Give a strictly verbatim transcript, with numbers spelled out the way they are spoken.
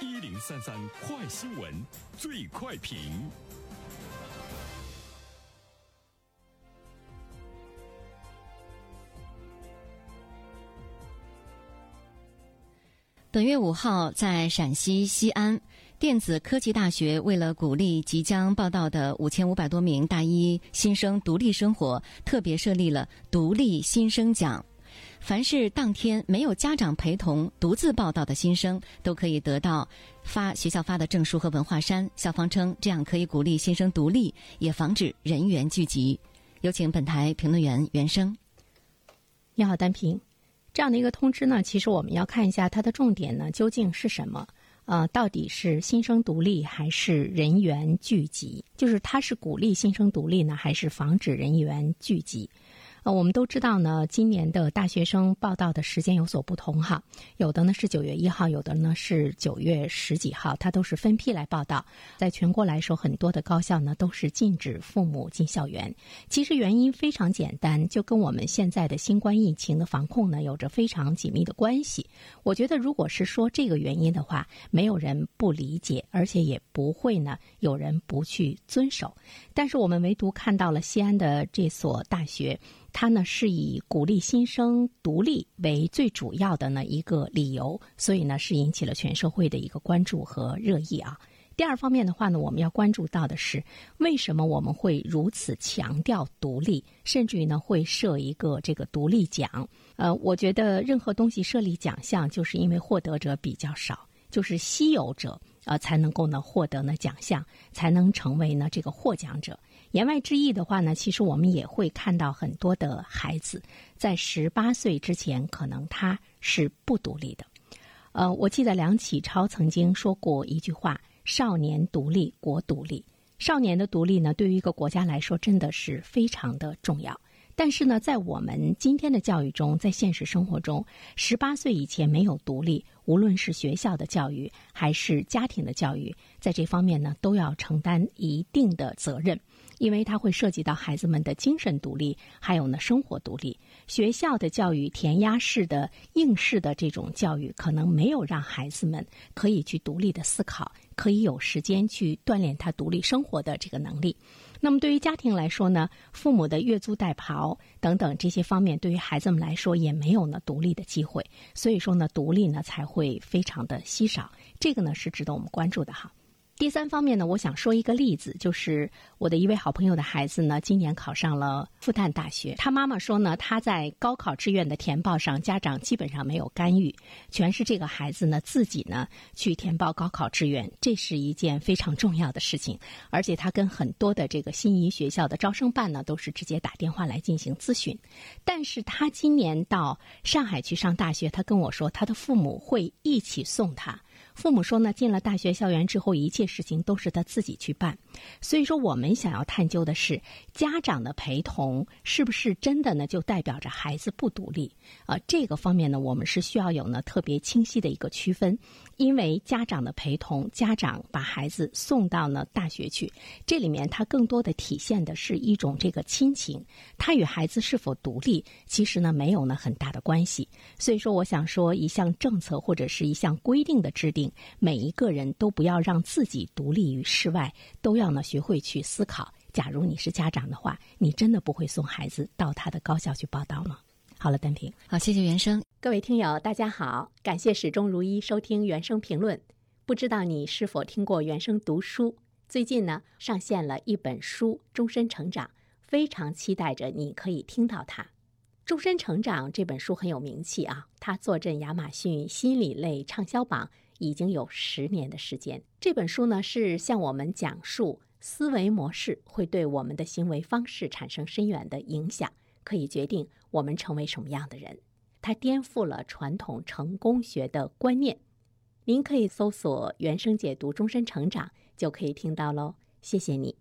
一零三三快新闻，最快评。 本月五号，在陕西西安，电子科技大学为了鼓励即将报到的五千五百多名大一新生独立生活，特别设立了独立新生奖。凡是当天没有家长陪同独自报到的新生，都可以得到发学校发的证书和文化衫。校方称，这样可以鼓励新生独立，也防止人员聚集。有请本台评论员袁生。 你好，单平。这样的一个通知呢，其实我们要看一下它的重点呢究竟是什么。呃，到底是新生独立还是人员聚集？就是它是鼓励新生独立呢，还是防止人员聚集？呃，我们都知道呢，今年的大学生报到的时间有所不同哈，有的呢是九月一号，有的呢是九月十几号，它都是分批来报到。在全国来说，很多的高校呢都是禁止父母进校园。其实原因非常简单，就跟我们现在的新冠疫情的防控呢有着非常紧密的关系。我觉得如果是说这个原因的话，没有人不理解，而且也不会呢有人不去遵守。但是我们唯独看到了西安的这所大学，它呢是以鼓励新生独立为最主要的呢一个理由，所以呢是引起了全社会的一个关注和热议啊。第二方面的话呢，我们要关注到的是，为什么我们会如此强调独立，甚至于呢会设一个这个独立奖。呃，我觉得任何东西设立奖项，就是因为获得者比较少，就是稀有者呃才能够呢获得呢奖项，才能成为呢这个获奖者。言外之意的话呢，其实我们也会看到很多的孩子在十八岁之前，可能他是不独立的。呃，我记得梁启超曾经说过一句话：少年独立，国独立。少年的独立呢，对于一个国家来说真的是非常的重要。但是呢，在我们今天的教育中，在现实生活中，十八岁以前没有独立，无论是学校的教育还是家庭的教育，在这方面呢，都要承担一定的责任。因为它会涉及到孩子们的精神独立，还有呢生活独立。学校的教育填鸭式的应试的这种教育，可能没有让孩子们可以去独立的思考，可以有时间去锻炼他独立生活的这个能力。那么对于家庭来说呢，父母的月租带刨等等这些方面，对于孩子们来说也没有呢独立的机会，所以说呢独立呢才会非常的稀少。这个呢是值得我们关注的哈。第三方面呢，我想说一个例子，就是我的一位好朋友的孩子呢，今年考上了复旦大学。他妈妈说呢，他在高考志愿的填报上，家长基本上没有干预，全是这个孩子呢自己呢去填报高考志愿，这是一件非常重要的事情。而且他跟很多的这个心仪学校的招生办呢，都是直接打电话来进行咨询。但是他今年到上海去上大学，他跟我说，他的父母会一起送他。父母说呢，进了大学校园之后，一切事情都是他自己去办。所以说我们想要探究的是，家长的陪同是不是真的呢就代表着孩子不独立啊、呃？这个方面呢，我们是需要有呢特别清晰的一个区分。因为家长的陪同，家长把孩子送到呢大学去，这里面它更多的体现的是一种这个亲情，它与孩子是否独立其实呢没有呢很大的关系。所以说我想说，一项政策或者是一项规定的制定，每一个人都不要让自己独立于世外，都要呢学会去思考，假如你是家长的话，你真的不会送孩子到他的高校去报到吗？好了，单平。 好，谢谢袁生。 各位听友大家好，感谢始终如一收听原声评论。不知道你是否听过原声读书，最近呢上线了一本书《终身成长》，非常期待着你可以听到它。《终身成长》这本书很有名气啊，它坐镇亚马逊心理类畅销榜已经有十年的时间。这本书呢是向我们讲述思维模式会对我们的行为方式产生深远的影响，可以决定我们成为什么样的人。它颠覆了传统成功学的观念。您可以搜索原声解读终身成长就可以听到喽，谢谢你。